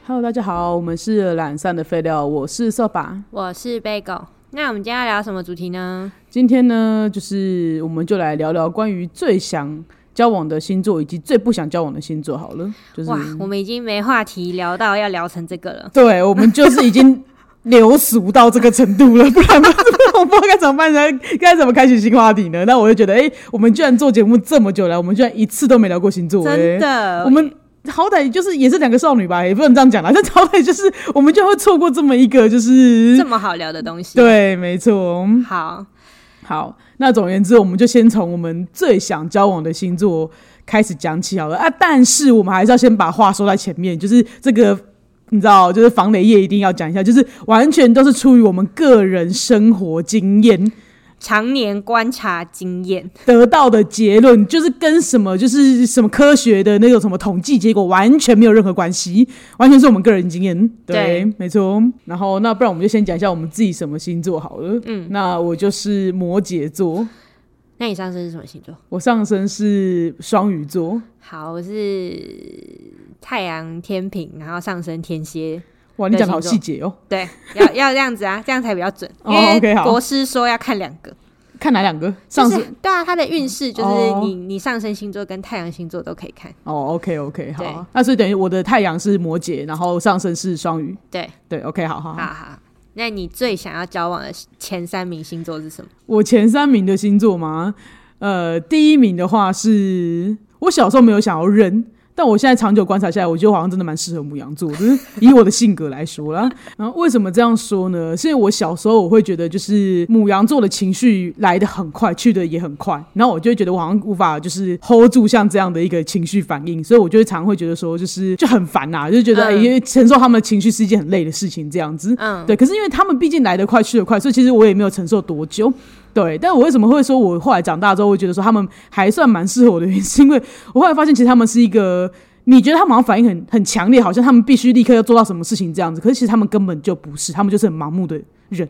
Hello， 大家好，我们是懒散的废料，我是色把， 我是贝狗。那我们今天要聊什么主题呢？ 今天呢，我们就来聊聊关于最想交往的星座以及最不想交往的星座好了。 哇，我们已经没话题聊到要聊成这个了。 对，我们就是已经流俗到这个程度了，不然我不知道该怎么办，该怎么开启新话题呢？那我就觉得，我们居然做节目这么久了，我们居然一次都没聊过星座， 真的， 我们。好歹就是也是两个少女吧，也不能这样讲啦。但好歹就是我们就会错过这么一个就是这么好聊的东西。 对，没错。好，那总而言之，我们就先从我们最想交往的星座开始讲起好了啊。但是我们还是要先把话说在前面，就是这个你知道，就是防雷业一定要讲一下，就是完全都是出于我们个人生活经验。 常年观察经验得到的结论，就是跟什么科学的那种什么统计结果完全没有任何关系，完全是我们个人经验。对，没错。然后那不然我们就先讲一下我们自己什么星座好了。那我就是摩羯座。 那你上升是什么星座？ 我上升是双鱼座。 好，我是太阳天秤，然后上升天蝎。 哇，你讲的好细节哦。 对，要这样子啊，这样才比较准。因为国师说要看两个。 看哪两个？ 就是对啊，他的运势就是你上升星座跟太阳星座都可以看。 OK， 好。那所以等于我的太阳是摩羯，然后上升是双鱼。 对 ，OK， 好。 那你最想要交往的前3名星座是什么？ 我前3名的星座吗？第一名的话是我小时候没有想要认。但我现在长久观察下来，我觉得我好像真的蛮适合牡羊座，就是以我的性格来说啦。然后为什么这样说呢？是因为我小时候我会觉得，就是牡羊座的情绪来得很快，去得也很快，然后我就会觉得我好像无法就是 hold 住像这样的一个情绪反应，所以我就会常会觉得说，就很烦啊，就觉得承受他们的情绪是一件很累的事情，这样子。对。可是因为他们毕竟来得快，去得快，所以其实我也没有承受多久。对，但我为什么会说我后来长大之后会觉得说他们还算蛮适合我的原因，是因为我后来发现其实他们是一个你觉得他们好像反应很强烈，好像他们必须立刻要做到什么事情这样子，可是其实他们根本就不是，他们就是很盲目的人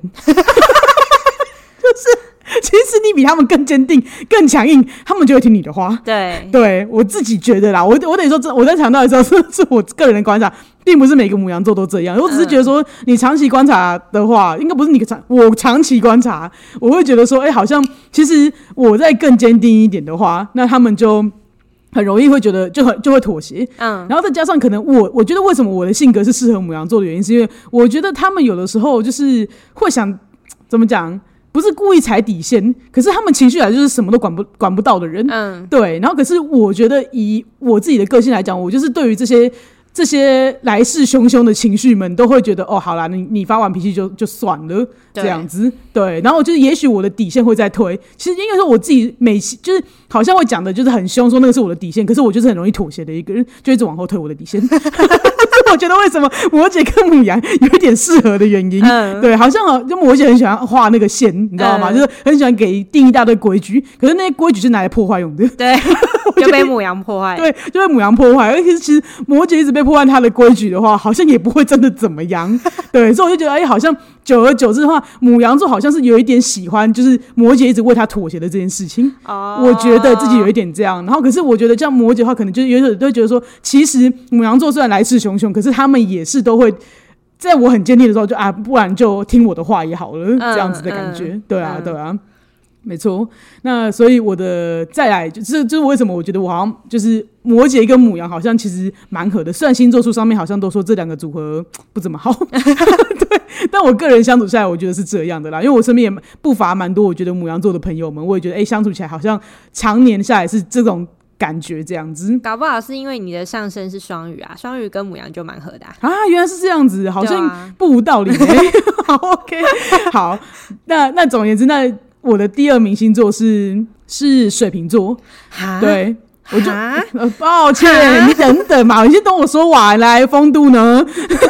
就是其实你比他们更坚定更强硬，他们就会听你的话。对，我自己觉得啦，我得说我在强调的时候是我个人的观察，并不是每个牡羊座都这样，我只是觉得说你长期观察的话，应该不是我长期观察，我会觉得说好像其实我再更坚定一点的话，那他们就很容易会觉得就会妥协。然后再加上可能我觉得为什么我的性格是适合牡羊座的原因，是因为我觉得他们有的时候就是会想怎么讲，不是故意踩底线，可是他们情绪来就是什么都管不到的人。对。然后可是我觉得以我自己的个性来讲，我就是对于这些来势汹汹的情绪们都会觉得好啦，你发完脾气就算了这样子。对。然后就是也许我的底线会再推，其实应该说我自己就是好像会讲的就是很凶，说那个是我的底线，可是我就是很容易妥协的一个人，就一直往后推我的底线我觉得为什么摩羯跟牡羊有一点适合的原因。对，好像就摩羯很喜欢画那个线，你知道吗？就是很喜欢给定一大堆规矩，可是那些规矩是拿来破坏用的。 对就被牡羊破坏。 对，就被牡羊破坏。而且其实摩羯一直被破坏他的规矩的话，好像也不会真的怎么样。对，所以我就觉得好像久而久之的话，牡羊座好像是有一点喜欢就是摩羯一直为他妥协的这件事情。我觉得自己有一点这样。然后可是我觉得像摩羯的话，可能就是有时候都会觉得说，其实牡羊座虽然来势汹汹，可是他们也是都会在我很坚定的时候就不然就听我的话也好了，这样子的感觉。对啊，没错。那所以我的再来就是为什么我觉得我好像就是摩羯跟牡羊好像其实蛮合的，虽然星座书上面好像都说这两个组合不怎么好对，但我个人相处下来我觉得是这样的啦，因为我身边也不乏蛮多我觉得牡羊座的朋友们，我也觉得相处起来好像常年下来是这种感觉这样子。 搞不好是因为你的上升是双鱼啊，双鱼跟牡羊就蛮合的原来是这样子，好像不无道理好 OK 好，那总而言之，那我的第2名星座是水瓶座。对，我就抱歉，你等嘛，你先等我说完。来，风度呢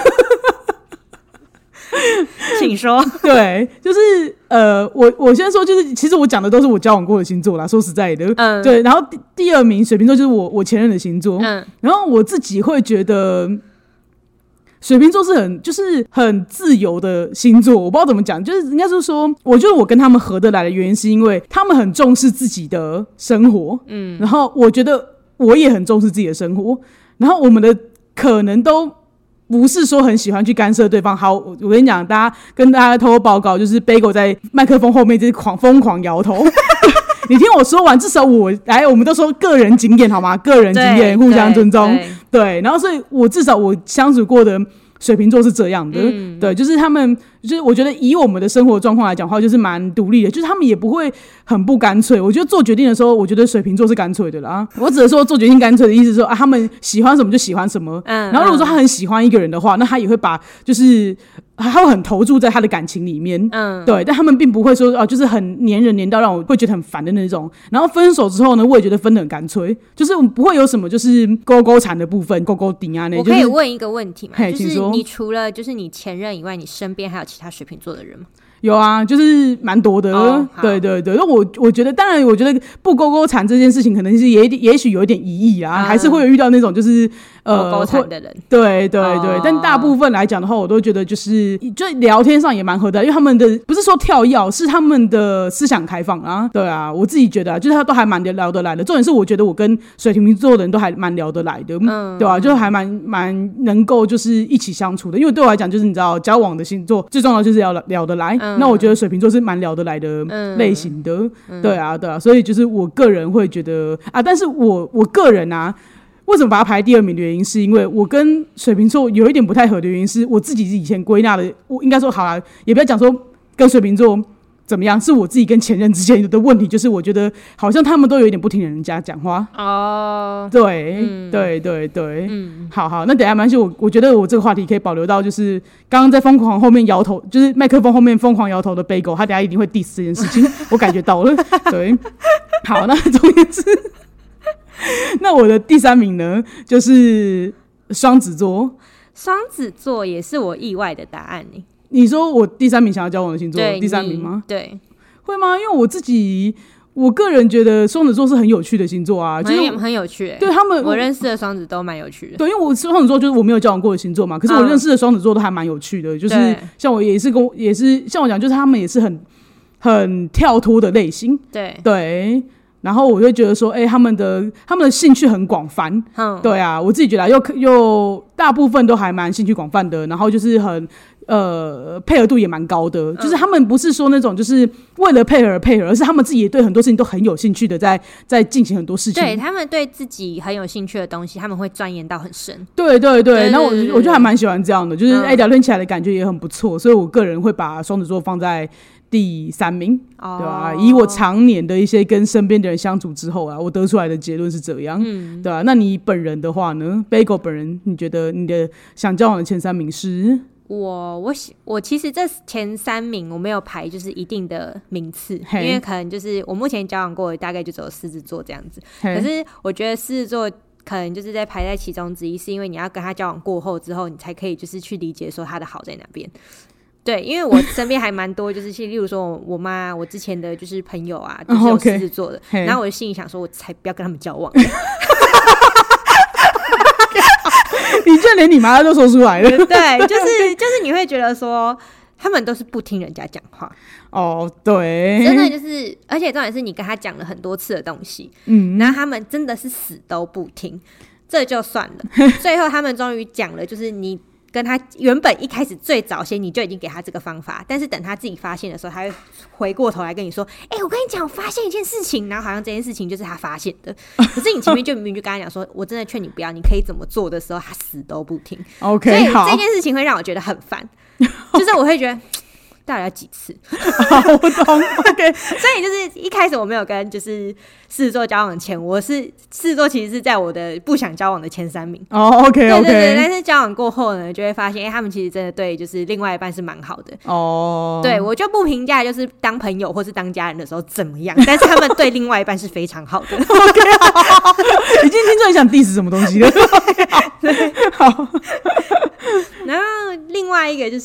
请说。 对，就是我先说，就是其实我讲的都是我交往过的星座啦，说实在的。对。然后第2名水瓶座就是我前任的星座。然后我自己会觉得水瓶座是很自由的星座，我不知道怎么讲，就是应该是说，我觉得我跟他们合得来的原因是因为他们很重视自己的生活。然后我觉得我也很重视自己的生活，然后我们的可能都不是说很喜欢去干涉对方。好，我跟你讲，跟大家偷偷报告，就是 Bagel 在麦克风后面就是疯狂摇头。你听我说完，至少我们都说个人经验好吗？个人经验，互相尊重。对，然后所以我至少我相处过的水瓶座是这样的，对，就是他们，就是我觉得以我们的生活状况来讲的话，就是蛮独立的，就是他们也不会很不干脆。我觉得做决定的时候，我觉得水瓶座是干脆的啦。我只是说做决定干脆的意思是说他们喜欢什么就喜欢什么。然后如果说他很喜欢一个人的话，那他也会把就是他会很投注在他的感情里面。对，但他们并不会说就是很黏人黏到让我会觉得很烦的那种。然后分手之后呢，我也觉得分得很干脆，就是我们不会有什么就是勾勾缠的部分，勾勾顶啊那。 我可以问一个问题吗？就是你除了就是你前任以外，你身边还有其他水瓶座的人吗？ 有啊，就是蛮多的。对对对，那我觉得，当然，我觉得不勾勾缠这件事情，可能是也许有一点疑义啊，还是会有遇到那种就是勾勾缠的人。 对对对，但大部分来讲的话，我都觉得就聊天上也蛮合的，因为他们的不是说跳跃，是他们的思想开放啊。对啊，我自己觉得就是他都还蛮聊得来的。重点是我觉得我跟水瓶座的人都还蛮聊得来的，对吧？就还蛮能够就是一起相处的。因为对我来讲，就是你知道交往的星座最重要就是要聊得来。那我觉得水瓶座是蛮聊得来的类型的。对啊对啊，所以就是我个人会觉得啊，但是我个人啊，为什么把它排第2名的原因，是因为我跟水瓶座有一点不太合的原因，是我自己以前归纳的。我应该说好啦，也不要讲说跟水瓶座怎么样，是我自己跟前任之间的问题，就是我觉得好像他们都有一点不听人家讲话。对对对对，好，那等一下没关系，我觉得我这个话题可以保留到就是刚刚在疯狂后面摇头，就是麦克风后面疯狂摇头的 Bagel， 他等一下一定会 diss 这件事情，我感觉到了。对，好，那总而是，那我的第3名呢，就是双子座。 双子座也是我意外的答案耶。 你说我第3名想要交往的星座，第3名吗？ 对， 会吗？因为我个人觉得双子座是很有趣的星座啊，就是很有趣。 对他们， 我认识的双子都蛮有趣的。 对，因为我双子座就是我没有交往过的星座嘛，可是我认识的双子座都还蛮有趣的，就是像我也是像我讲，就是他们也是很跳脱的类型。对。然后我会觉得说，他们的兴趣很广泛。对啊，我自己觉得又大部分都还蛮兴趣广泛的，然后就是很配合度也蛮高的，就是他们不是说那种就是为了配合而配合，而是他们自己也对很多事情都很有兴趣的在进行很多事情。 对，他们对自己很有兴趣的东西，他们会钻研到很深。 对对对，那我就还蛮喜欢这样的，就是聊天起来的感觉也很不错，所以我个人会把双子座放在第3名，对吧？以我常年的一些跟身边的人相处之后啊，我得出来的结论是这样，对吧？那你本人的话呢 ？Bagel 本人，你觉得你的想交往的前3名是？ 我其实这前3名我没有排就是一定的名次，因为可能就是我目前交往过的大概就只有狮子座这样子。可是我觉得狮子座可能就是在排在其中之一，是因为你要跟他交往过后之后，你才可以就是去理解说他的好在哪边。对，因为我身边还蛮多，就是例如说我妈，我之前的就是朋友啊，就是有狮子座的，然后我就心里想说，我才不要跟他们交往。 你就连你妈都说出来了。 对，就是你会觉得说，他们都是不听人家讲话。 对， 真的就是，而且重点是你跟他讲了很多次的东西，然后他们真的是死都不听，这就算了。最后他们终于讲了，就是你跟他原本一开始最早先你就已经给他这个方法，但是等他自己发现的时候，他会回过头来跟你说，我跟你讲，我发现一件事情，然后好像这件事情就是他发现的，可是你前面就明明就跟他讲说，我真的劝你不要，你可以怎么做的时候，他死都不听。 OK， 所以这件事情会让我觉得很烦，就是我会觉得到底要几次？ 我懂。OK， 所以就是一开始我没有跟就是狮子座交往前，我是狮子座，其实是在我的不想交往的前3名。 OK， 对对对，但是交往过后呢，就会发现，他们其实真的对就是另外一半是蛮好的。对，我就不评价就是当朋友或是当家人的时候怎么样，但是他们对另外一半是非常好的。 OK， 已经听说你想 diss 什么东西了。 对，好。然后另外一个就是。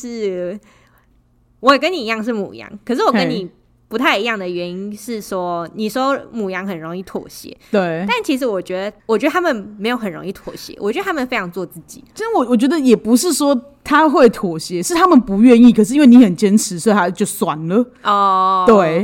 我也跟你一样是牡羊，可是我跟你不太一样的原因是说，你说牡羊很容易妥协， 对， 但其实我觉得他们没有很容易妥协，我觉得他们非常做自己。 其实我觉得也不是说他会妥协，是他们不愿意，可是因为你很坚持，所以他就算了。对。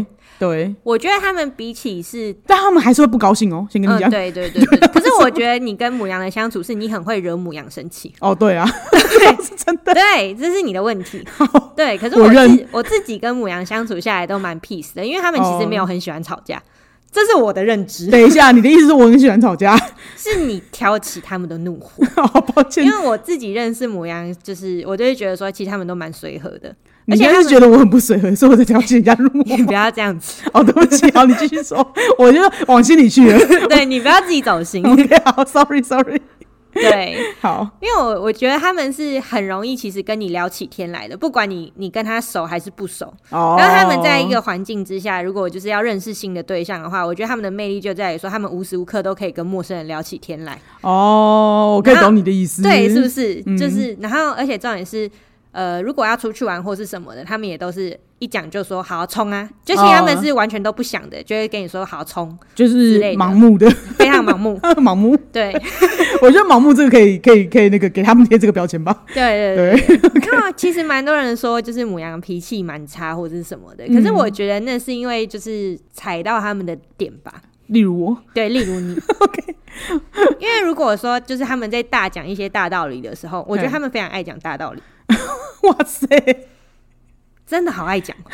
对， 我觉得他们比起是， 但他们还是会不高兴哦。先跟你讲， 对对对对。可是我觉得你跟母羊的相处是你很会惹母羊生气。 哦，对啊，对，是真的， 对，这是你的问题。对，可是我自己跟母羊相处下来都蛮 peace 的，因为他们其实没有很喜欢吵架。这是我的认知。 等一下，你的意思是我很喜欢吵架？ 是你挑起他们的怒火。 好抱歉， 因为我自己认识母羊，就是我就会觉得说，其实他们都蛮随和的。 你现在是觉得我很不随和，所以我在挑起人家怒火？ 你不要这样子。 哦，对不起，好，你继续说，我就往心里去了。 对，你不要自己走心。 OK， 好 ，sorry。 对， 好， 因为我觉得他们是很容易，其实跟你聊起天来的，不管你跟他熟还是不熟。然后他们在一个环境之下，如果就是要认识新的对象的话，我觉得他们的魅力就在于说，他们无时无刻都可以跟陌生人聊起天来。 哦，我可以懂你的意思。 对，是不是？就是，然后而且重点是，如果要出去玩或是什么的，他们也都是一讲就说好冲啊，就其实他们是完全都不想的，就会跟你说好冲， 就是盲目的， 非常盲目， 盲目。 对， 我觉得盲目这个可以那个给他们贴这个标签吧。 对。那其实蛮多人说就是母羊脾气蛮差或者是什么的，可是我觉得那是因为就是踩到他们的点吧。 例如我， 对，例如你。 OK。 因为如果说就是他们在大讲一些大道理的时候，我觉得他们非常爱讲大道理。 哇塞， 真的好爱讲。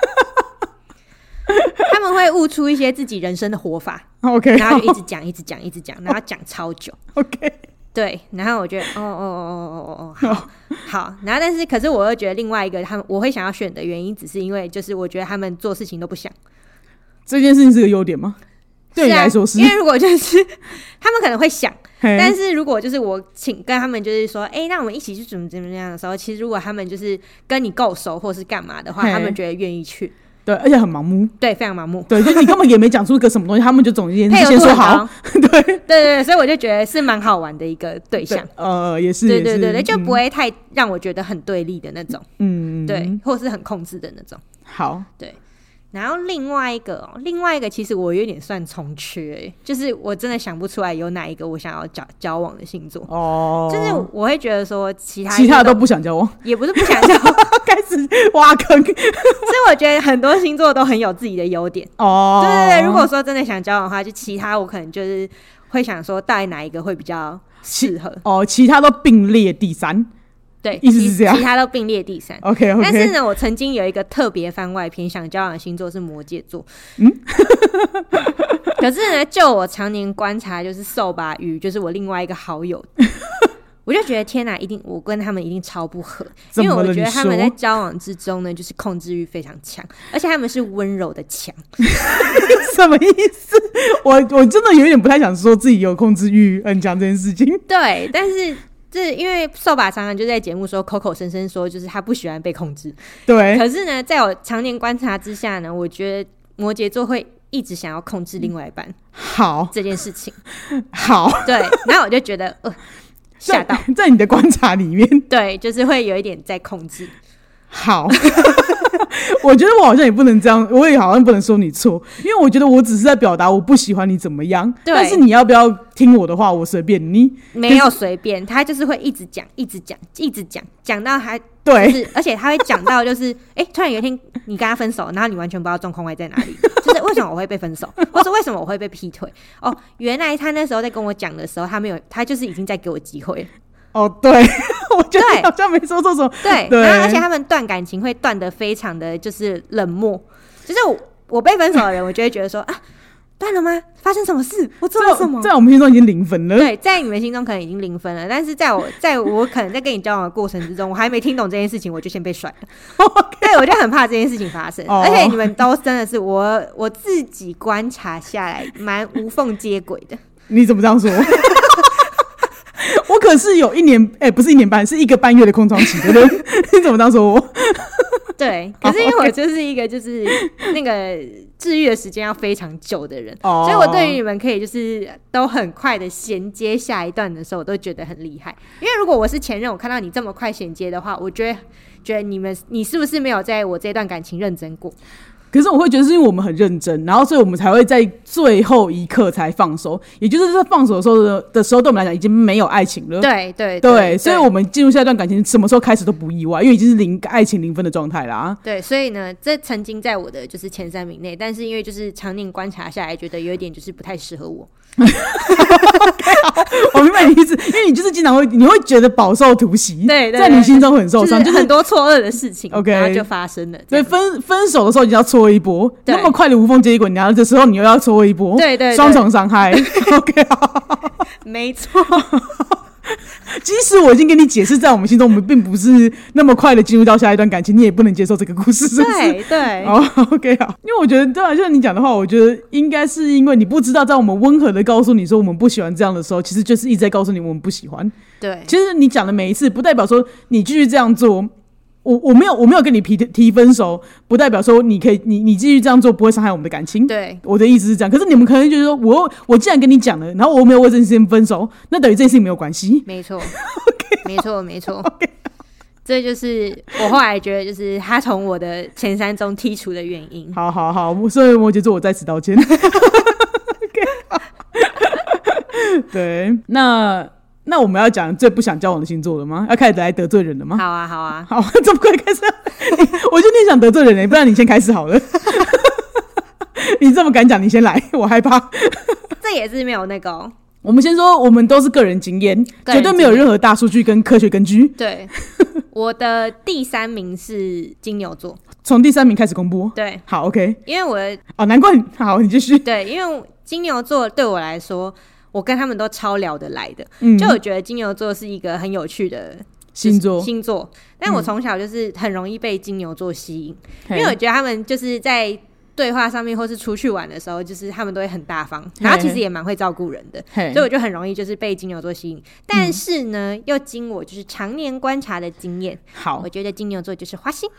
他们会悟出一些自己人生的活法。 OK， 然后就一直讲，然后讲超久。 OK， 对，然后我觉得好，然后但是可是我又觉得另外一个我会想要选的原因，只是因为就是我觉得他们做事情都不想。 这件事情是个优点吗？对你来说是， 因为如果就是他们可能会想，但是如果就是我跟他们就是说，那我们一起去怎么样的时候，其实如果他们就是跟你够熟或是干嘛的话，他们觉得愿意去。 对，而且很盲目。 对，非常盲目。 对，就你根本也没讲出一个什么东西，他们就总之先说好。 对，所以我就觉得是蛮好玩的一个对象。 也是。 对，就不会太让我觉得很对立的那种。对，或是很控制的那种。 好， 对。然后另外一个其实我有点算重缺，就是我真的想不出来有哪一个我想要交往的星座。就是我会觉得说其他都不想交往， 也不是不想交往， 开始挖坑。所以我觉得很多星座都很有自己的优点。对，如果说真的想交往的话，就其他我可能就是会想说到底哪一个会比较适合。 其他都并列第三。 对， 意思是这样， 其他都并列第三。 OK， 但是呢，我曾经有一个特别番外篇想交往的星座是摩羯座。可是呢，就我常年观察，就是受吧与就是我另外一个好友，我就觉得天哪，我跟他们一定超不合，因为我觉得他们在交往之中呢，就是控制欲非常强，而且他们是温柔的强。 什么意思？我真的有点不太想说自己有控制欲很强这件事情。 对，但是。是因为受把常常就在节目说口口声声说就是他不喜欢被控制。 对。 可是呢，在我常年观察之下呢，我觉得摩羯座会一直想要控制另外一半。 好， 这件事情。 好。 对，然后我就觉得吓到。 在你的观察里面， 对，就是会有一点在控制。 好。我觉得我好像也不能这样，我也好像不能说你错，因为我觉得我只是在表达我不喜欢你怎么样，但是你要不要听我的话，我随便你。 没有随便，他就是会一直讲，讲到他对， 就是而且他会讲到就是突然有一天你跟他分手，然后你完全不知道状况会在哪里，就是为什么我会被分手，或者为什么我会被劈腿。原来他那时候在跟我讲的时候，他就是已经在给我机会了。 对，我觉得好像没说错什么。 对，然后而且他们断感情会断得非常的就是冷漠，就是我被分手的人，我就会觉得说断了吗？发生什么事？我做了什么？ 在我们心中已经0分了。 对，在你们心中可能已经0分了，但是在我可能在跟你交往的过程之中，我还没听懂这件事情，我就先被甩了。对，我就很怕这件事情发生。而且你们都真的是我自己观察下来蛮无缝接轨的。 你怎么这样说？我可是有1年，不是1年半，是1个半月的空窗期的人。你怎么当说我？ 对，可是因为我就是一个就是那个治愈的时间要非常久的人，所以我对于你们可以就是都很快的衔接下一段的时候，我都觉得很厉害。因为如果我是前任，我看到你这么快衔接的话，我觉得你是不是没有在我这段感情认真过？ 可是我会觉得是因为我们很认真，然后所以我们才会在最后一刻才放手，也就是在放手的时候对我们来讲已经没有爱情了。对，所以我们进入下一段感情什么时候开始都不意外，因为已经是爱情0分的状态啦。 对，所以呢这曾经在我的就是前3名内，但是因为就是常年观察下来觉得有一点就是不太适合我。 我明白你意思，因为你就是经常你会觉得饱受突袭， 对， 在你心中很受伤， 就是很多错愕的事情然后就发生了。 所以分手的时候你要搓一波，那么快的无缝接轨，然后这时候你又要搓一波， 对， 双重伤害。OK， 没错。 即使我已经跟你解释，在我们心中我们并不是那么快的进入到下一段感情，你也不能接受这个故事，是不是？ 对。 OK 好，因为我觉得对啊，就像你讲的话，我觉得应该是因为你不知道，在我们温和的告诉你说我们不喜欢这样的时候，其实就是一直在告诉你我们不喜欢。 对， 其实你讲的每一次，不代表说你继续这样做。我没有跟你提分手，不代表说你继续这样做不会伤害我们的感情。 对， 我的意思是这样。可是你们可能觉得说，我既然跟你讲了，然后我没有为这件事情分手，那等于这件事情没有关系。 没错，没错。Okay. 这就是我后来觉得，就是他从我的前3中剔除的原因。 好，所以摩羯座我在此道歉。okay, 对，那我们要讲最不想交往的星座了吗？要开始来得罪人了吗？ 好啊， 好，这么快开始？我觉得你想得罪人不然你先开始好了。你这么敢讲，你先来，我害怕。 这也是没有那个我们先说，我们都是个人经验，绝对没有任何大数据跟科学根据。 对，我的第3名是金牛座， 从第3名开始公布。 对， 好 ，OK。 因为我难怪好，你继续。 对，因为金牛座对我来说，我跟他们都超聊得来的，就我觉得金牛座是一个很有趣的星座，但我从小就是很容易被金牛座吸引，因为我觉得他们就是在对话上面或是出去玩的时候，就是他们都会很大方，然后其实也蛮会照顾人的，所以我就很容易就是被金牛座吸引。但是呢，又经我就是常年观察的经验，好，我觉得金牛座就是花心。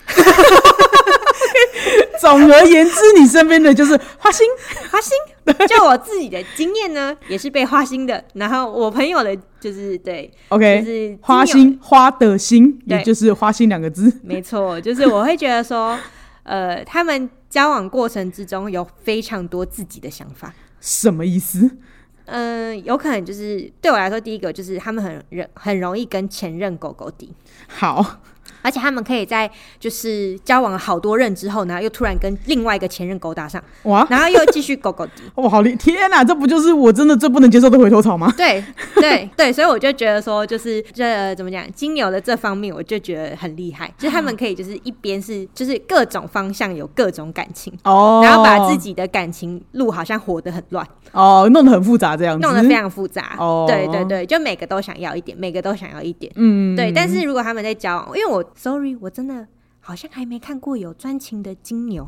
总而言之，你身边的就是花心。 就我自己的经验呢，也是被花心的。然后我朋友的就是对 ，OK， 就是花心，花的心，也就是花心2个字。 没错，就是我会觉得说，他们交往过程之中有非常多自己的想法。 什么意思？ 有可能就是对我来说，第一个就是他们很容易跟前任狗低。 好。 而且他们可以在就是交往了好多任之后，然后又突然跟另外一个前任勾搭上，哇，然后又继续狗低。 哇，好厉！天哪，这不就是我真的最不能接受的回头草吗？ 对，所以我就觉得说，就是怎么讲，金牛的这方面我就觉得很厉害，就是他们可以就是一边是就是各种方向有各种感情然后把自己的感情路好像活得很乱弄得很复杂这样子， 弄得非常复杂对，就每个都想要一点，对。但是如果他们在交往，因为Sorry， 我真的好像还没看过有专情的金牛。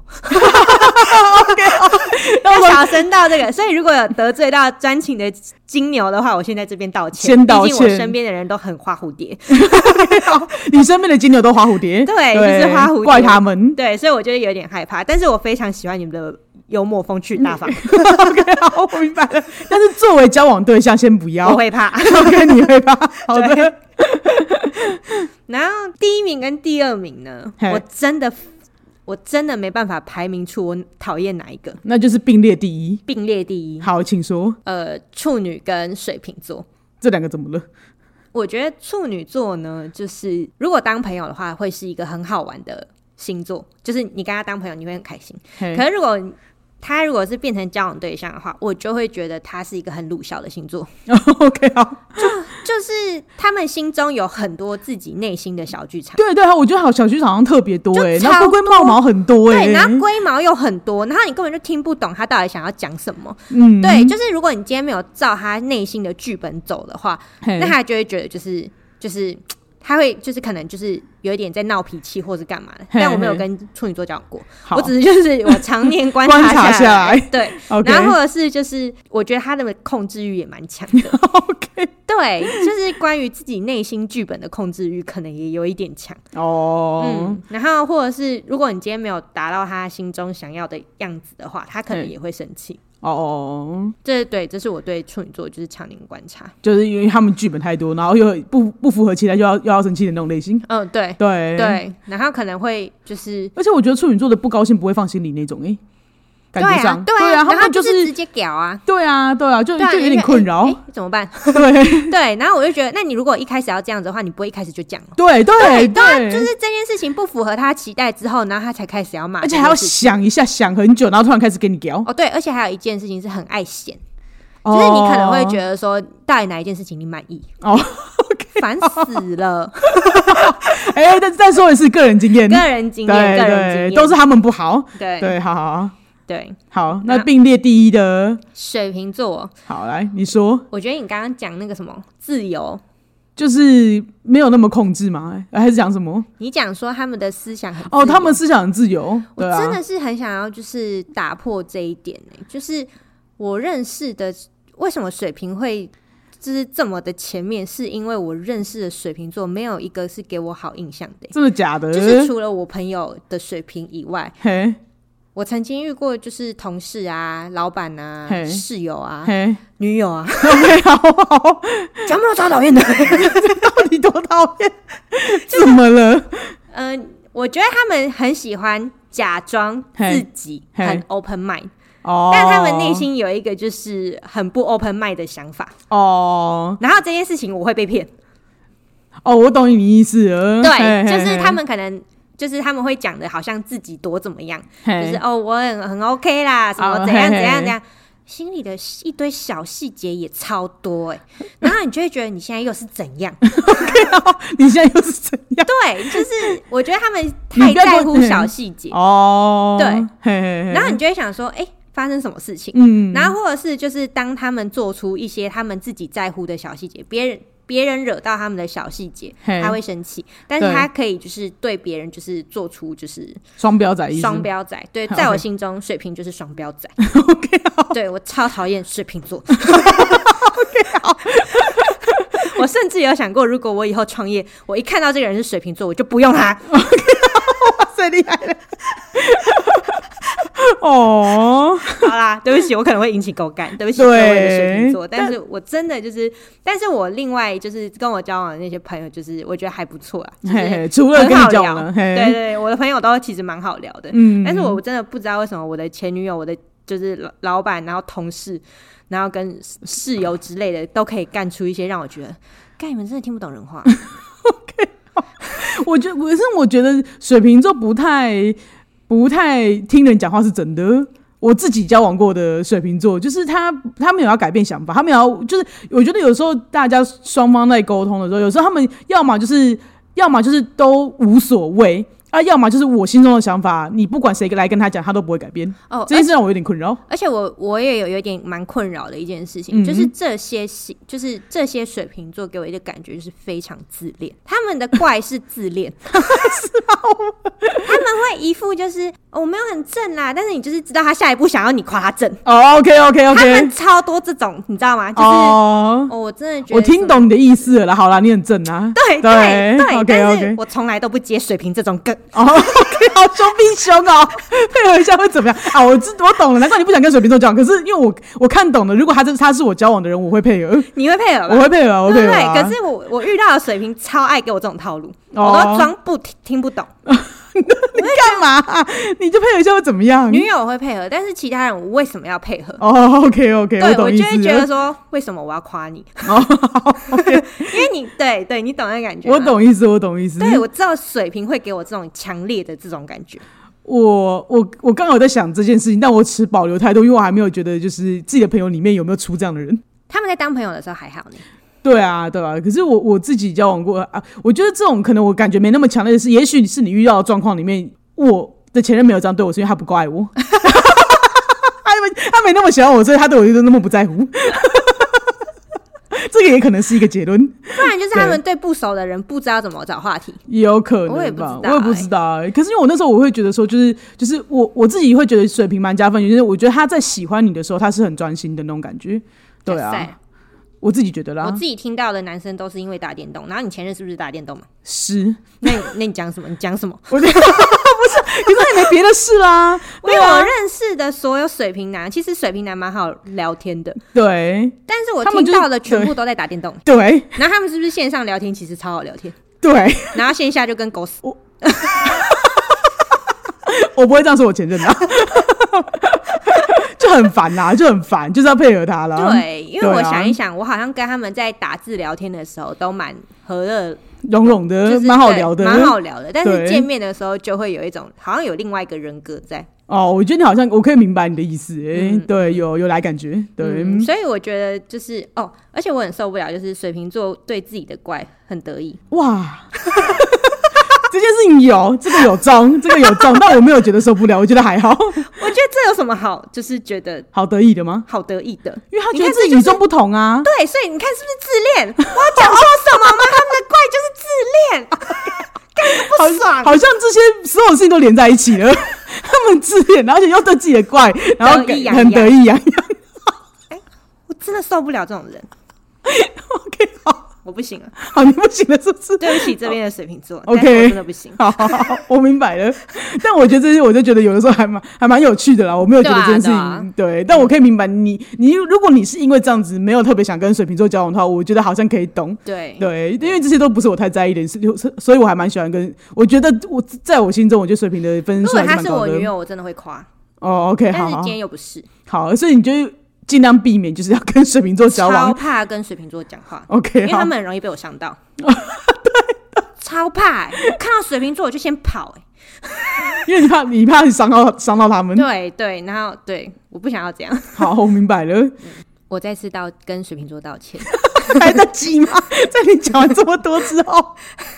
要小声到这个，所以如果有得罪到专情的金牛的话，我先在这边道歉。 先道歉， 毕竟我身边的人都很花蝴蝶。 你身边的金牛都花蝴蝶？ 对，就是花蝴蝶， 怪他们。 对，所以我觉得有点害怕，但是我非常喜欢你们的幽默风趣大方。 OK， 好，我明白了。但是作为交往对象，先不要。 我会怕。 OK， 你会怕？好的。 然后第1名跟第2名呢，我真的没办法排名出我讨厌哪一个， 那就是并列第一。好，请说。 处女跟水瓶座这2个怎么了？ 我觉得处女座呢，就是如果当朋友的话，会是一个很好玩的星座，就是你跟他当朋友，你会很开心。可是如果是变成交往对象的话，我就会觉得他是一个很鲁小的星座。 OK， 好， 就是他们心中有很多自己内心的小剧场。 对，我觉得小剧场好像特别多然后龟毛毛很多对，然后龟毛又很多，然后你根本就听不懂他到底想要讲什么。对，就是如果你今天没有照他内心的剧本走的话，那他就会觉得就是他会就是可能就是有一点在闹脾气或是干嘛的，但我没有跟处女座交往过，我只是就是我常年观察下来对然后或者是就是我觉得他的控制欲也蛮强的 OK， 对，就是关于自己内心剧本的控制欲可能也有一点强然后或者是如果你今天没有达到他心中想要的样子的话，他可能也会生气这是我对处女座就是常年观察， 就是因为他们剧本太多，然后又不符合期待又要生气的那种类型。 对，然后可能会就是， 而且我觉得处女座的不高兴不会放心里那种感觉上， 对啊，他们就是直接屌啊， 对啊，就有点困扰， 怎么办？ 对， 然后我就觉得，那你如果一开始要这样子的话，你不会一开始就讲了， 对， 就是这件事情不符合他期待之后，然后他才开始要骂， 而且还要想一下，想很久，然后突然开始给你屌。 对，而且还有一件事情是很爱嫌，就是你可能会觉得说，到底哪一件事情你满意？烦死了！ 再说一次，个人经验， 对， 都是他们不好。 对， 好。 对， 好，那并列第一的水瓶座， 好，来你说。 我觉得你刚刚讲那个什么自由， 就是没有那么控制吗？还是讲什么？ 你讲说他们的思想很自由他们思想很自由， 我真的是很想要就是打破这一点就是我认识的为什么水瓶会就是这么的前面，是因为我认识的水瓶座没有一个是给我好印象的。 真的假的？ 就是除了我朋友的水瓶以外，我曾经遇过就是同事啊、老板啊、室友啊、女友啊， 好， 全部都超讨厌的。 到底多讨厌？怎么了？ 我觉得他们很喜欢假装自己很 open mind，但他们内心有一个就是很不 open mind 的想法。然后这件事情我会被骗。 我懂你意思了。 对，就是他们可能。就是他们会讲的好像自己多怎么样，就是我很 OK 啦，什么怎样，心里的一堆小细节也超多然后你就会觉得你现在又是怎样你现在又是怎样？ 对，就是我觉得他们太在乎小细节对，然后你就会想说发生什么事情然后或者是就是当他们做出一些他们自己在乎的小细节，别人惹到他们的小细节他会生气，但是他可以就是对别人就是做出就是双标仔意思。 双标仔，对，在我心中水瓶就是双标仔。 OK， 对，我超讨厌水瓶座。 OK， 好。 我甚至有想过，如果我以后创业，我一看到这个人是水瓶座，我就不用他。 哇塞，厉害了！ 好啦，对不起，我可能会引起狗干，对不起各位的水瓶座，但是我真的就是，但是我另外就是跟我交往的那些朋友，就是我觉得还不错啦， 除了跟你交往， 对，我的朋友都其实蛮好聊的，但是我真的不知道为什么我的前女友、我的就是老板，然后同事，然后跟室友之类的，都可以干出一些让我觉得，干你们真的听不懂人话。 OK， 我觉得水瓶座不太听人讲话是真的。我自己交往过的水瓶座，就是他没有要改变想法，他没有就是我觉得有时候大家双方在沟通的时候，有时候他们要么就是都无所谓要么就是我心中的想法，你不管谁来跟他讲，他都不会改变。这件事让我有点困扰。 而且我也有点蛮困扰的一件事情，就是这些水瓶座给我一个感觉就是非常自恋，他们的怪是自恋，是吗？他们会一副就是我没有很正啦，但是你就是知道他下一步想要你夸他正。 OK， 他们超多这种，你知道吗？就是我真的觉得我听懂你的意思了啦。好啦，你很正啊。 对，但是我从来都不接水瓶这种梗。 OK， 好凶逼凶哦！配合一下会怎么样啊？我懂了，难怪你不想跟水瓶座交往。可是因为我看懂了，如果他是我交往的人，我会配合。 你会配合吧？ 我会配合， 对。可是我遇到的水瓶超爱给我这种套路，我都装听不懂。 你干嘛？你就配合一下会怎么样？ 女友会配合，但是其他人我为什么要配合 ？OK， 我懂意思。我就会觉得说，为什么我要夸你？OK， 因为你对你懂那感觉。 我懂意思。 对，我知道水瓶会给我这种强烈的这种感觉。 我刚刚有在想这件事情，但我持保留态度，因为我还没有觉得就是自己的朋友里面有没有出这样的人。 他们在当朋友的时候还好呢。 对啊，可是我自己交往过我觉得这种可能我感觉没那么强烈的是，也许是你遇到的状况里面，我的前任没有这样对我，是因为他不够爱我，他没那么喜欢我，所以他对我就那么不在乎。这个也可能是一个结论， 不然就是他们对不熟的人不知道怎么找话题， 也有可能吧，我也不知道可是因为我那时候我会觉得说，就是我自己会觉得水瓶蛮加分，就是我觉得他在喜欢你的时候，他是很专心的那种感觉，对啊。我自己觉得啦， 我自己听到的男生都是因为打电动，然后你前任是不是打电动嘛？ 是。 那你讲什么？你讲什么？ 不可是也没别的事啦。 因为我认识的所有水瓶男，其实水瓶男蛮好聊天的， 对。 但是我听到的全部都在打电动， 对。 然后他们是不是线上聊天其实超好聊天？ 对。 然后线下就跟狗死。 我不会这样说我前任的。就很烦啦，就很烦，就是要配合他啦。 对，因为我想一想，我好像跟他们在打字聊天的时候都蛮和乐融融的， 就是蛮好聊的， 蛮好聊的。但是见面的时候就会有一种好像有另外一个人格在。 哦，我觉得你好像我可以明白你的意思，对，有来感觉，对。 所以我觉得就是而且我很受不了，就是水瓶座对自己的怪很得意。哇。 这件事情这个有中，但我没有觉得受不了，我觉得还好。我觉得这有什么好，就是觉得好得意的吗？ 好得意的， 因为他觉得自己与众不同啊。 对，所以你看是不是自恋？我要讲说什么吗？他们的怪就是自恋，干不爽。 好像这些所有事情都连在一起了。他们自恋，而且又对自己的怪，然后很得意洋洋。 我真的受不了这种人。 OK， 好。我不行了， 好，你不行了是不是？ 对不起，这边的水瓶座 ，OK， 我真的不行。 好，我明白了。但我觉得这些，我就觉得有的时候还蛮有趣的啦。我没有觉得这件事情，对，但我可以明白你如果你是因为这样子没有特别想跟水瓶座交往的话，我觉得好像可以懂。 对， 因为这些都不是我太在意的事，所以我还蛮喜欢跟。我觉得在我心中，我觉得水瓶的分数还是蛮高的。 如果他是我女友，我真的会夸。 OK， 好。 但是今天又不是。 好，所以你就尽量避免就是要跟水瓶座交往， 超怕跟水瓶座讲话。 OK， 因为他们很容易被我伤到。对，超怕我看到水瓶座我就先跑因为你怕你伤到他们。 对，然后对，我不想要这样。 好，我明白了。 我再次跟水瓶座道歉。 来得及吗？在你讲完这么多之后。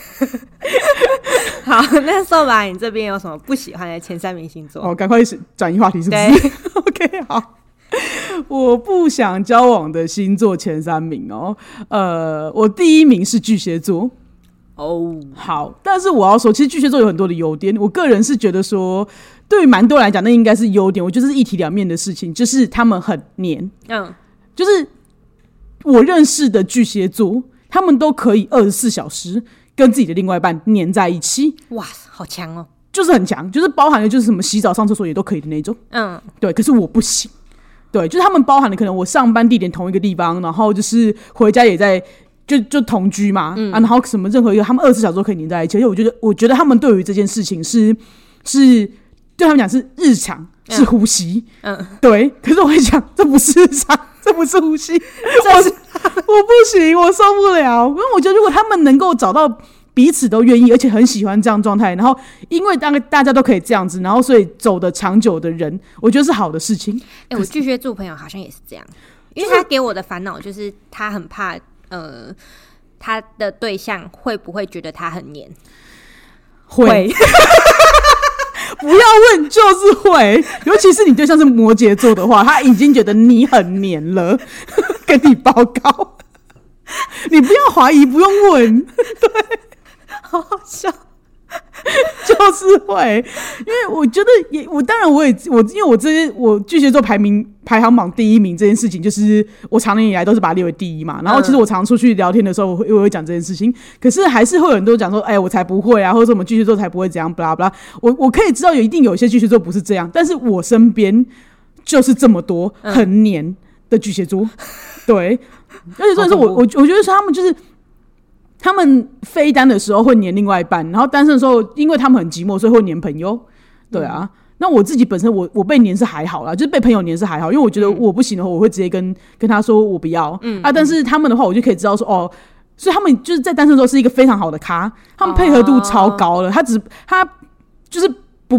好，那说吧，你这边有什么不喜欢的前3名星座？ 赶快转移话题，是不是？OK， 好。我不想交往的星座前3名我第1名是巨蟹座。好，但是我要说，其实巨蟹座有很多的优点。我个人是觉得说，对于蛮多人来讲，那应该是优点。我觉得是一体两面的事情，就是他们很黏。就是我认识的巨蟹座，他们都可以24小时跟自己的另外一半黏在一起。 哇，好强哦！ 就是很强，就是包含了就是什么洗澡、上厕所也都可以的那种。对，可是我不行。对，就是他们包含了可能我上班地点同一个地方，然后就是回家也在就同居嘛，然后什么任何一个他们24小时都可以黏在一起。而且我觉得他们对于这件事情是对他们讲是日常，是呼吸。对。可是我会讲这不是日常，这不是呼吸，我不行，我受不了。因为我觉得如果他们能够找到彼此都愿意，而且很喜欢这样状态，然后因为大家都可以这样子，然后所以走得长久的人，我觉得是好的事情。 我巨蟹座朋友好像也是这样，因为他给我的烦恼就是他很怕他的对象会不会觉得他很黏。会。 不要问，就是会。尤其是你对象是摩羯座的话，他已经觉得你很黏了，跟你报告。你不要怀疑，不用问。对， 好好笑。 就是会，因为我觉得我当然因为我巨蟹座排行榜第1名这件事情，就是我长年以来都是把它列为第1嘛。然后其实我常出去聊天的时候，我会讲这件事情，可是还是会有人都讲说，我才不会啊，或者说我们巨蟹座才不会这样，blah blah。我可以知道一定有一些巨蟹座不是这样，但是我身边就是这么多很黏的巨蟹座。对，而且真的是我觉得说他们就是。他们非单的时候会黏另外一半，然后单身的时候，因为他们很寂寞，所以会黏朋友。对啊，那我自己本身我被黏是还好啦，就是被朋友黏是还好，因为我觉得我不行的话，我会直接跟他说我不要。但是他们的话，我就可以知道说所以他们就是在单身的时候是一个非常好的咖，他们配合度超高了。他就是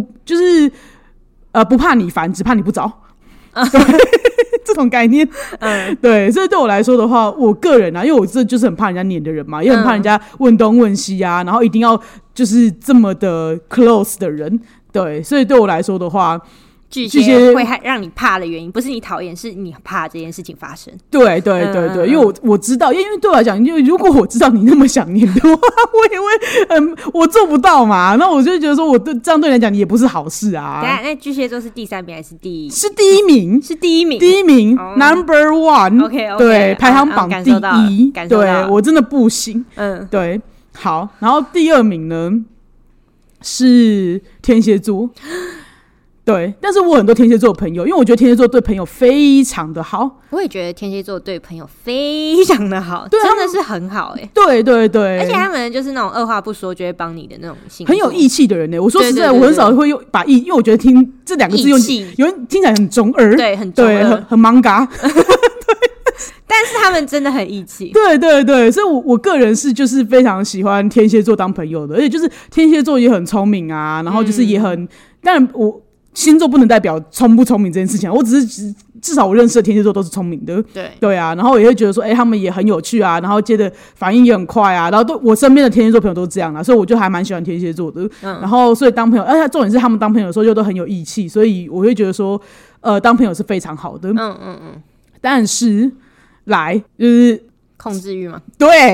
不怕你烦，只怕你不找。这种概念。对，所以对我来说的话，我个人因为我这就是很怕人家黏的人嘛，也很怕人家问东问西啊，然后一定要就是这么的 close 的人。对，所以对我来说的话， 巨蟹会让你怕的原因，不是你讨厌，是你怕这件事情发生。 对，因为我知道，因为对我来讲，因为如果我知道你那么想念的话，我也会我做不到嘛。那我就觉得说，这样对你来讲也不是好事啊。 等一下，那巨蟹座是第3名还是第1？ 是第1名， 是第1名， 第1名、Number One。OK， 对， 排行榜第1。对，我真的不行。对，好，然后第2名呢？ 是天蝎座。对，但是我很多天蝎座的朋友，因为我觉得天蝎座对朋友非常的好。 我也觉得天蝎座对朋友非常的好，真的是很好对对对， 而且他们就是那种二话不说就会帮你的那种性格， 很有义气的人我说实在，我很少会用把义，因为我觉得听这两个字用有人听起来很中二， 对，很中二， 很芒嘎。 但是他们真的很义气， 对对对，所以我个人是就是非常喜欢天蝎座当朋友的，而且就是天蝎座也很聪明啊，然后就是也很，当然我星座不能代表聪不聪明这件事情，我只是至少我认识的天蝎座都是聪明的，对啊，然后也会觉得说，他们也很有趣啊，然后接着反应也很快啊，然后我身边的天蝎座朋友都是这样啊，所以我就还蛮喜欢天蝎座的，然后所以当朋友，而且重点是他们当朋友的时候就都很有义气，所以我会觉得说，当朋友是非常好的，但是来就是控制欲嘛， 对，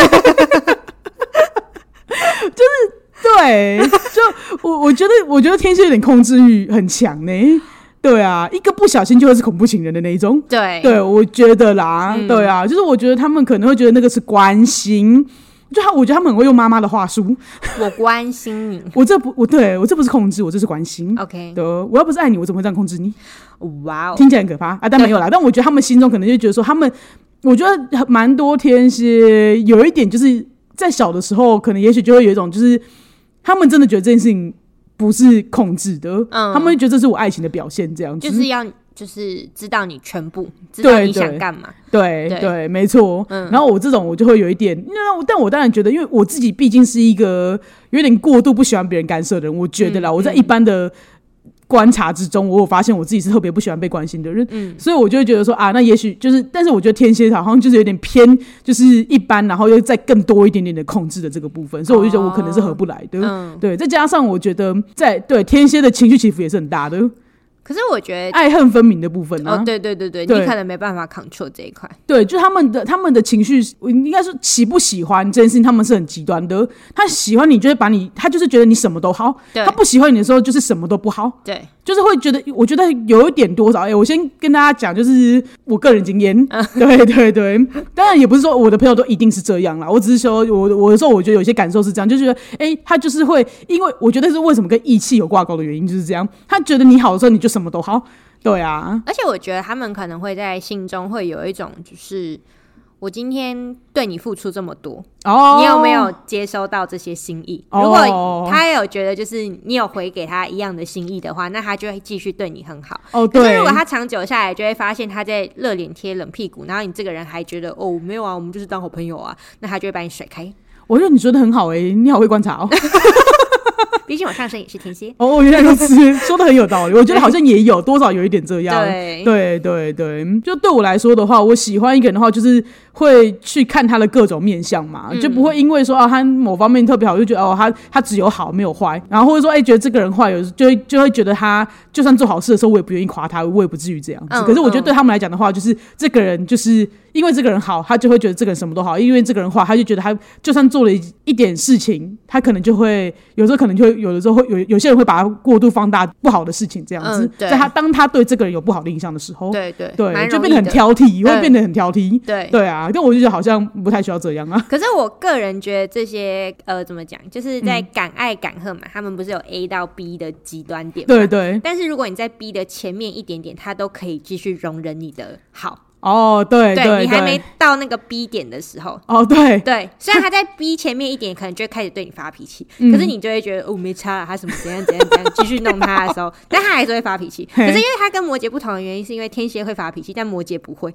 就是对，就我觉得天蝎有点控制欲很强呢。对啊，一个不小心就会是恐怖情人的那一种。对，我觉得啦，对啊，就是我觉得他们可能会觉得那个是关心，我觉得他们很会用妈妈的话术。我关心你， 我这不是控制，我这是关心。 OK， 对，我要不是爱你，我怎么会这样控制你？ 哇哦， 听起来很可怕啊，但没有啦。但我觉得他们心中可能就觉得说，我觉得蛮多天蝎有一点就是在小的时候，可能也许就会有一种就是他们真的觉得这件事情不是控制的，他们会觉得这是我爱情的表现，这样子就是要就是知道你全部，知道你想干嘛， 对，没错。然后我这种我就会有一点，但我当然觉得，因为我自己毕竟是一个有点过度不喜欢别人干涉的人，我觉得啦，我在一般的观察之中，我有发现我自己是特别不喜欢被关心的人，所以我就会觉得说啊，那也许就是，但是我觉得天蝎好像就是有点偏，就是一般，然后又再更多一点点的控制的这个部分，所以我就觉得我可能是合不来的，对，再加上我觉得对天蝎的情绪起伏也是很大的。 可是我觉得爱恨分明的部分啊， 对，你可能没办法 control 这一块。 对，就他们的情绪，应该说喜不喜欢这件事情，他们是很极端的。他喜欢你，就会他就是觉得你什么都好；他不喜欢你的时候，就是什么都不好。 对， 就是会觉得，我觉得有一点多少。我先跟大家讲，就是我个人经验。对，当然也不是说我的朋友都一定是这样啦。我只是说我的时候，我觉得有些感受是这样，就觉得他就是会，因为我觉得是为什么跟义气有挂钩的原因就是这样。他觉得你好的时候，你就什么都好。对啊， 而且我觉得他们可能会在心中会有一种，就是我今天对你付出这么多，你有没有接收到这些心意？如果他有觉得就是你有回给他一样的心意的话，那他就会继续对你很好。可是如果他长久下来，就会发现他在热脸贴冷屁股，然后你这个人还觉得没有啊，我们就是当好朋友啊，那他就会把你甩开。 我觉得你说的很好你好会观察毕竟我上升也是天蝎原来如此，说的很有道理。我觉得好像也有多少有一点这样。对，就对我来说的话，我喜欢一个人的话，就是会去看他的各种面向嘛，就不会因为说他某方面特别好，就觉得他只有好没有坏，然后或者说觉得这个人坏，就会觉得他就算做好事的时候，我也不愿意夸他，我也不至于这样子。可是我觉得对他们来讲的话，就是这个人就是因为这个人好，他就会觉得这个人什么都好；因为这个人坏，他就觉得他就算做了一点事情，他可能就会有时候可能就会有的时候会有些人会把他过度放大不好的事情这样子，当他对这个人有不好的印象的时候，对，就变得很挑剔，会变得很挑剔。对啊，但我就觉得好像不太需要这样啊。 可是我个人觉得这些怎么讲，就是在敢爱敢恨嘛，他们不是有 A 到 B 的极端点嘛？对。但是如果你在 B 的前面一点点，他都可以继续容忍你的好。 对， 你还没到那个 B 点的时候，对，虽然他在 B 前面一点，可能就会开始对你发脾气，可是你就会觉得没差了，他什么怎样，继续弄他的时候，但他还是会发脾气。可是因为他跟摩羯不同的原因，是因为天蝎会发脾气，但摩羯不会。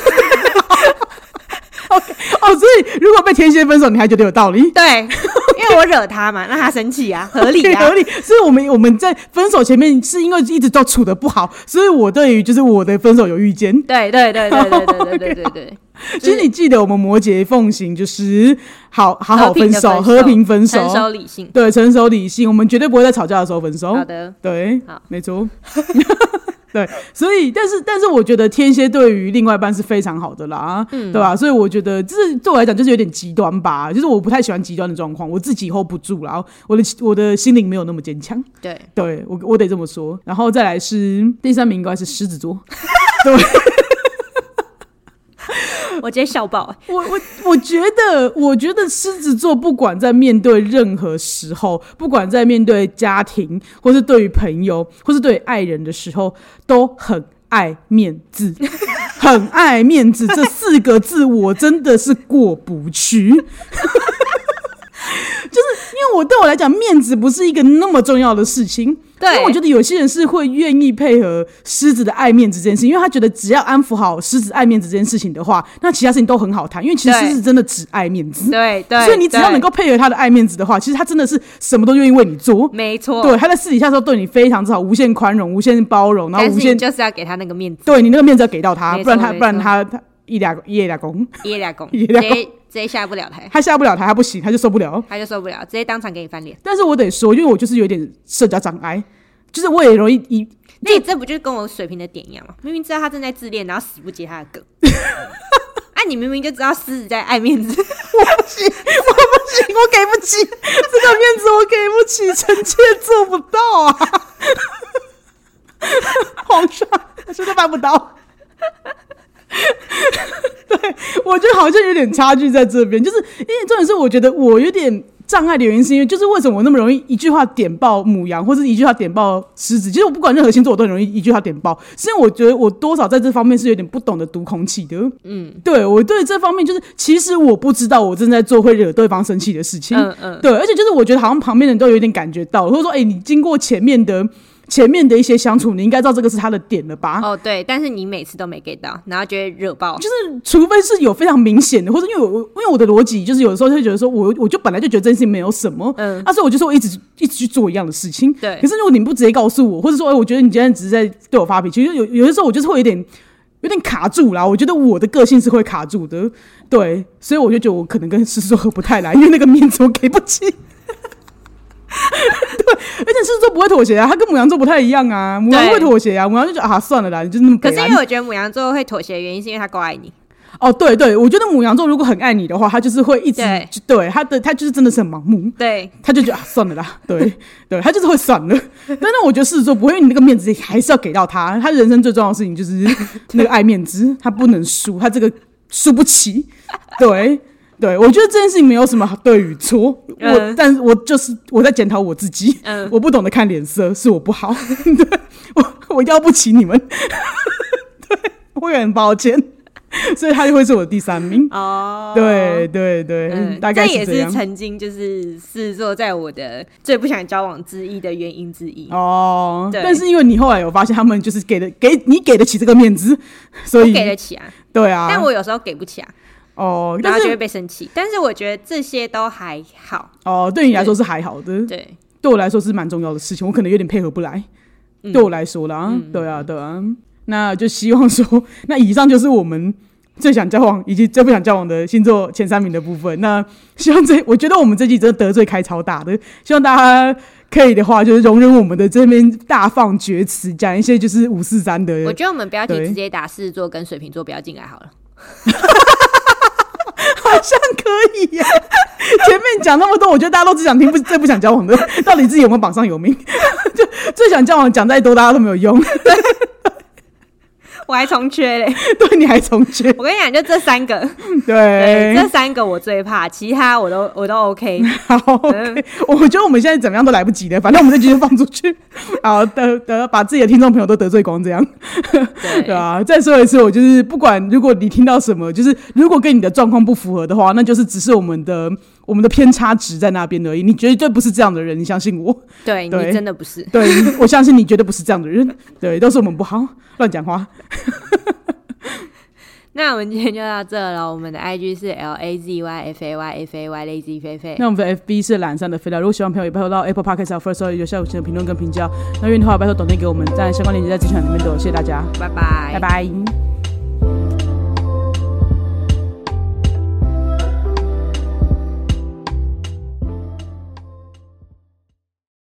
所以如果被天蝎分手，你还觉得有道理？ 对，因为我惹他嘛，让他生气啊，合理啊， 合理。所以我们在分手前面是因为一直都处得不好，所以我对于就是我的分手有预见。对。其实你记得我们摩羯奉行就是好分手，和平分手， 成熟理性。 对，成熟理性，我们绝对不会在吵架的时候分手。 好的， 对，好，没错。对，所以但是我觉得天蝎对于另外一半是非常好的啦，对吧？所以我觉得这对我来讲就是有点极端吧，就是我不太喜欢极端的状况，我自己 hold 不住啦，我的心灵没有那么坚强。对，我得这么说。然后再来是第3名应该是狮子座，对。 我直接笑爆。 我觉得狮子座不管在面对任何时候，不管在面对家庭，或是对于朋友，或是对于爱人的时候，都很爱面子，很爱面子这4个字，我真的是过不去。就是因为对我来讲，面子不是一个那么重要的事情。对，因为我觉得有些人是会愿意配合狮子的爱面子这件事情，因为他觉得只要安抚好狮子爱面子这件事情的话，那其他事情都很好谈。因为其实狮子真的只爱面子，对，所以你只要能够配合他的爱面子的话，其实他真的是什么都愿意为你做。没错，对，他在私底下的时候对你非常之好，无限宽容、无限包容，然后无限， 但是你就是要给他那个面子， 对你那个面子要给到他，不然他一俩公， 直接下不了台， 他下不了台，他不行，他就受不了， 直接当场给你翻脸。 但是我得说，因为我就是有点社交障碍，就是我也容易那这不就是跟我水瓶的点一样吗？明明知道他正在自恋，然后死不接他的梗。你明明就知道狮子在爱面子。我不行，我给不起这个面子，我给不起，臣妾做不到啊。 皇上，我真的办不到。对，我觉得好像有点差距在这边，就是因为重点是我觉得我有点障碍的原因是因为就是为什么我那么容易一句话点爆牡羊或者一句话点爆狮子，其实我不管任何星座我都很容易一句话点爆，是因为我觉得我多少在这方面是有点不懂得读空气的。对，我对这方面就是其实我不知道我正在做会惹对方生气的事情。对，而且就是我觉得好像旁边人都有点感觉到，或者说你经过前面的一些相处，你应该知道这个是他的点了吧？ 对，但是你每次都没 get 到，然后就会惹爆。 就是除非是有非常明显的，或者因为我的逻辑就是有的时候就会觉得说，我就本来就觉得这件事情没有什么，所以我就说我一直去做一样的事情。对。可是如果你不直接告诉我，或者说我觉得你今天只是在对我发脾气，有的时候我就是会有点卡住啦。我觉得我的个性是会卡住的，对，所以我就觉得我可能跟狮子座合不太来，因为那个面子我给不起。对，而且狮子座不会妥协啊，他跟牡羊座不太一样啊。牡羊会妥协啊，牡羊就觉得算了啦，你就那么。 可是因为我觉得牡羊座会妥协的原因是因为他够爱你。 对，我觉得牡羊座如果很爱你的话，他就是会一直对他就是真的是很盲目，对，他就觉得算了啦，对，他就是会算了。但是我觉得狮子座不会，因为你那个面子还是要给到他，他人生最重要的事情就是那个爱面子，他不能输，他这个输不起，对，我觉得这件事情没有什么对与错，但是我在检讨我自己，我不懂得看脸色，是我不好，对，我要不起你们，对，我也很抱歉，所以他就会是我的第3名。对，大概是这样。 这也是曾经就是狮子座在我的最不想交往之一的原因之一。 但是因为你后来有发现他们就是给你给得起这个面子，所以我给得起啊， 对啊， 但我有时候给不起啊。然后就会被生气，但是我觉得这些都还好。 对你来说是还好的，对我来说是蛮重要的事情，我可能有点配合不来，对我来说啦，对啊，那就希望说，那以上就是我们最想交往以及最不想交往的星座前3名的部分。那希望我觉得我们这集真的得罪开超大的，希望大家可以的话，就是容忍我们的这边大放厥词，讲一些就是543的。 我觉得我们标题直接打狮子座跟水瓶座不要进来好了。 好像可以耶！前面讲那么多，我觉得大家都只想听最不想交往的，到底自己有没有榜上有名？就最想交往讲再多，大家都没有用。 我还重缺嘞， 对，你还重缺。 我跟你讲，就这3个， 对， 这3个我最怕，其他我都 OK。 好，OK，我觉得我们现在怎么样都来不及的，反正我们这集就放出去，好把自己的听众朋友都得罪光，这样，对啊。再说一次，我就是不管，如果你听到什么，就是如果跟你的状况不符合的话，那就是只是我们的偏差值在那边而已。你绝对不是这样的人，你相信我。对，你真的不是。 对，我相信你绝对不是这样的人。对，都是我们不好，乱讲话。 那我们今天就到这了。我们的 IG 是 LAZYFAYFAY lazy 菲菲。 那我们的 FB 是懒散的菲拉。如果喜欢朋友也拜托到 Apple Podcast 和 First Story 留下5星的评论跟评价。那愿意的话拜托抖内给我们，在相关链接在资讯栏里面都有。谢谢大家， 拜拜， 拜拜。